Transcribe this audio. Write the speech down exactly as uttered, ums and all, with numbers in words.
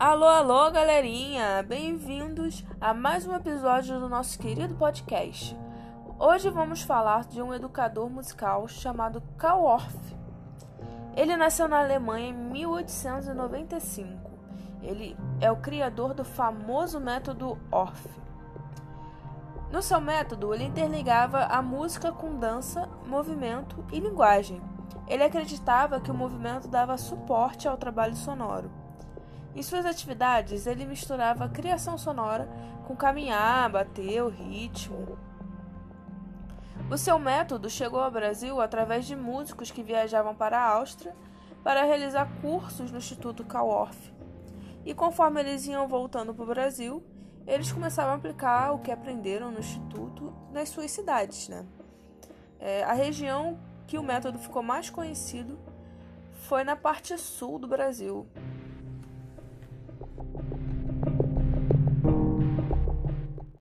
Alô, alô, galerinha! Bem-vindos a mais um episódio do nosso querido podcast. Hoje vamos falar de um educador musical chamado Carl Orff. Ele nasceu na Alemanha em mil oitocentos e noventa e cinco. Ele é o criador do famoso método Orff. No seu método, ele interligava a música com dança, movimento e linguagem. Ele acreditava que o movimento dava suporte ao trabalho sonoro. Em suas atividades, ele misturava a criação sonora com caminhar, bater o ritmo. O seu método chegou ao Brasil através de músicos que viajavam para a Áustria para realizar cursos no Instituto Carl Orff. E conforme eles iam voltando para o Brasil, eles começavam a aplicar o que aprenderam no Instituto nas suas cidades, né? É, a região que o método ficou mais conhecido foi na parte sul do Brasil,